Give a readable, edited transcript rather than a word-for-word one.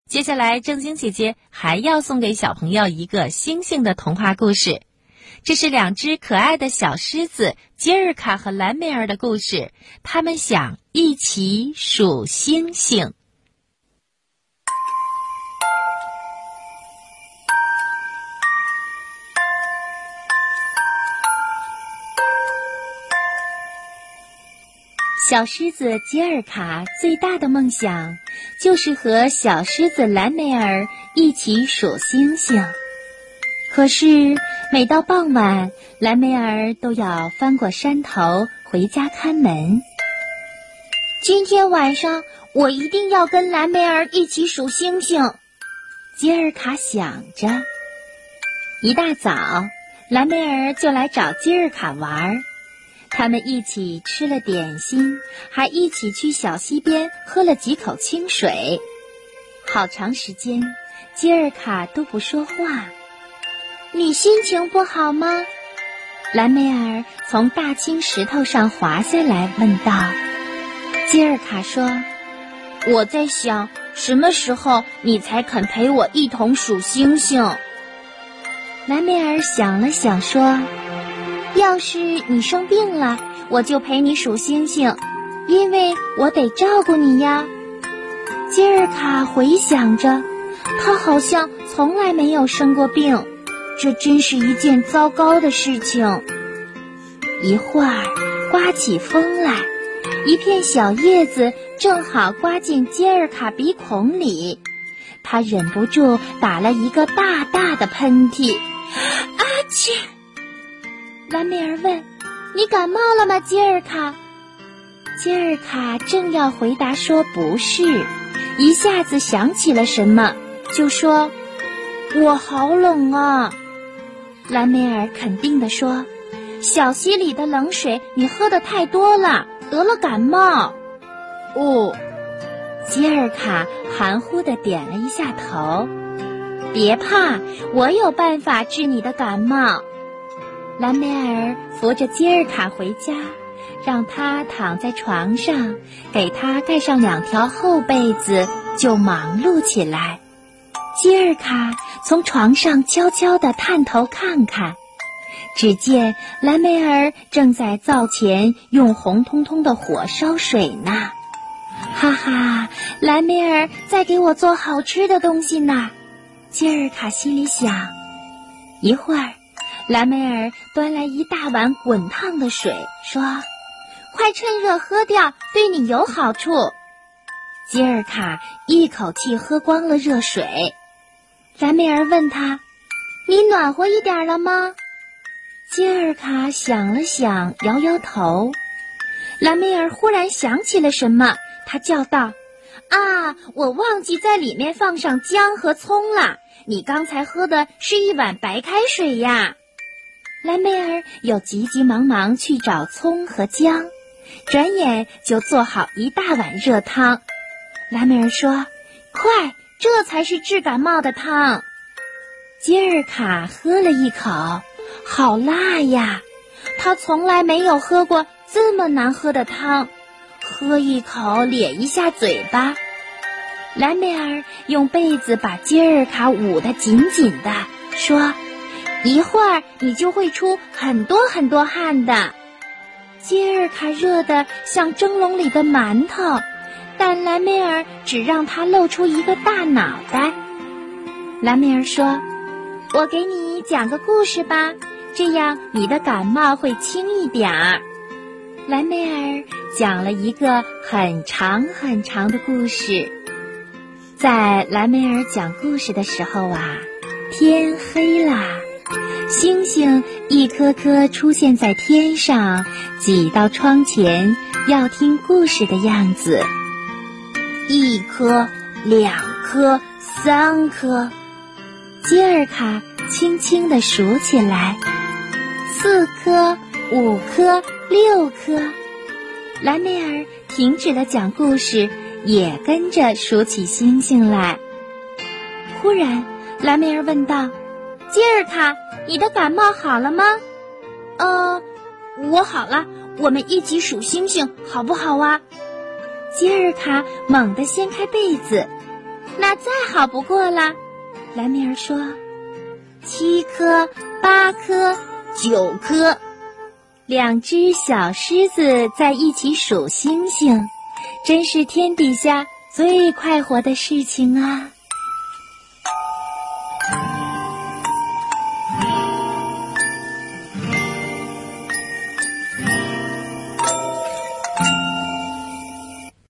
接下来正晶姐姐还要送给小朋友一个星星的童话故事，这是2只可爱的小狮子杰尔卡和蓝梅儿的故事，他们想一起数星星。小狮子杰尔卡最大的梦想就是和小狮子蓝梅儿一起数星星。可是每到傍晚，蓝梅儿都要翻过山头回家看门。 今天晚上我一定要跟蓝梅儿一起数星星， 杰尔卡想着。一大早，蓝梅儿就来找杰尔卡玩，他们一起吃了点心，还一起去小溪边喝了几口清水。好长时间，杰尔卡都不说话。 你心情不好吗？ 蓝梅儿从大青石头上滑下来问道。 杰尔卡说，我在想什么时候你才肯陪我一同数星星。 蓝梅儿想了想说， 要是你生病了，我就陪你数星星，因为我得照顾你呀。 杰尔卡回想着， 他好像从来没有生过病，这真是一件糟糕的事情。 一会儿刮起风来，一片小叶子正好刮进杰尔卡鼻孔里，他忍不住打了一个大大的喷嚏。 啊切！ 蓝梅儿问， 你感冒了吗，杰尔卡？ 杰尔卡正要回答说不是，一下子想起了什么，就说， 我好冷啊。 蓝梅儿肯定地说， 小溪里的冷水你喝得太多了，得了感冒。 哦，杰尔卡含糊地点了一下头。 别怕，我有办法治你的感冒。 蓝梅儿扶着杰尔卡回家，让他躺在床上，给他盖上2条厚被子，就忙碌起来。杰尔卡从床上悄悄地探头看看，只见蓝梅儿正在灶前用红彤彤的火烧水呢。 哈哈，蓝梅儿在给我做好吃的东西呢， 杰尔卡心里想。一会儿，蓝梅儿端来一大碗滚烫的水，说， 快趁热喝掉，对你有好处。 杰尔卡一口气喝光了热水。蓝梅儿问他， 你暖和一点了吗？ 杰尔卡想了想，摇摇头。 蓝梅儿忽然想起了什么，她叫道，啊，我忘记在里面放上姜和葱了，你刚才喝的是一碗白开水呀。 蓝梅儿又急急忙忙去找葱和姜，转眼就做好一大碗热汤。蓝梅儿说， 快，这才是治感冒的汤。 杰尔卡喝了一口，好辣呀， 他从来没有喝过这么难喝的汤，喝一口咧一下嘴巴。 蓝梅儿用被子把杰尔卡捂得紧紧的，说， 一会儿你就会出很多很多汗的。 杰尔卡热得像蒸笼里的馒头，但蓝梅儿只让他露出一个大脑袋。蓝梅儿说， 我给你讲个故事吧，这样你的感冒会轻一点儿。 蓝梅儿讲了一个很长很长的故事。在蓝梅儿讲故事的时候啊，天黑啦，星星一颗颗出现在天上，挤到窗前，要听故事的样子。 1颗、2颗、3颗， 杰尔卡轻轻地数起来，4颗、5颗、6颗。蓝梅儿停止了讲故事，也跟着数起星星来。忽然，蓝梅儿问道， 杰尔卡，你的感冒好了吗？我好了，我们一起数星星好不好啊？ 杰尔卡猛地掀开被子， 那再好不过了。蓝妹儿说：“7颗、8颗、9颗。” 2只小狮子在一起数星星，真是天底下最快活的事情啊。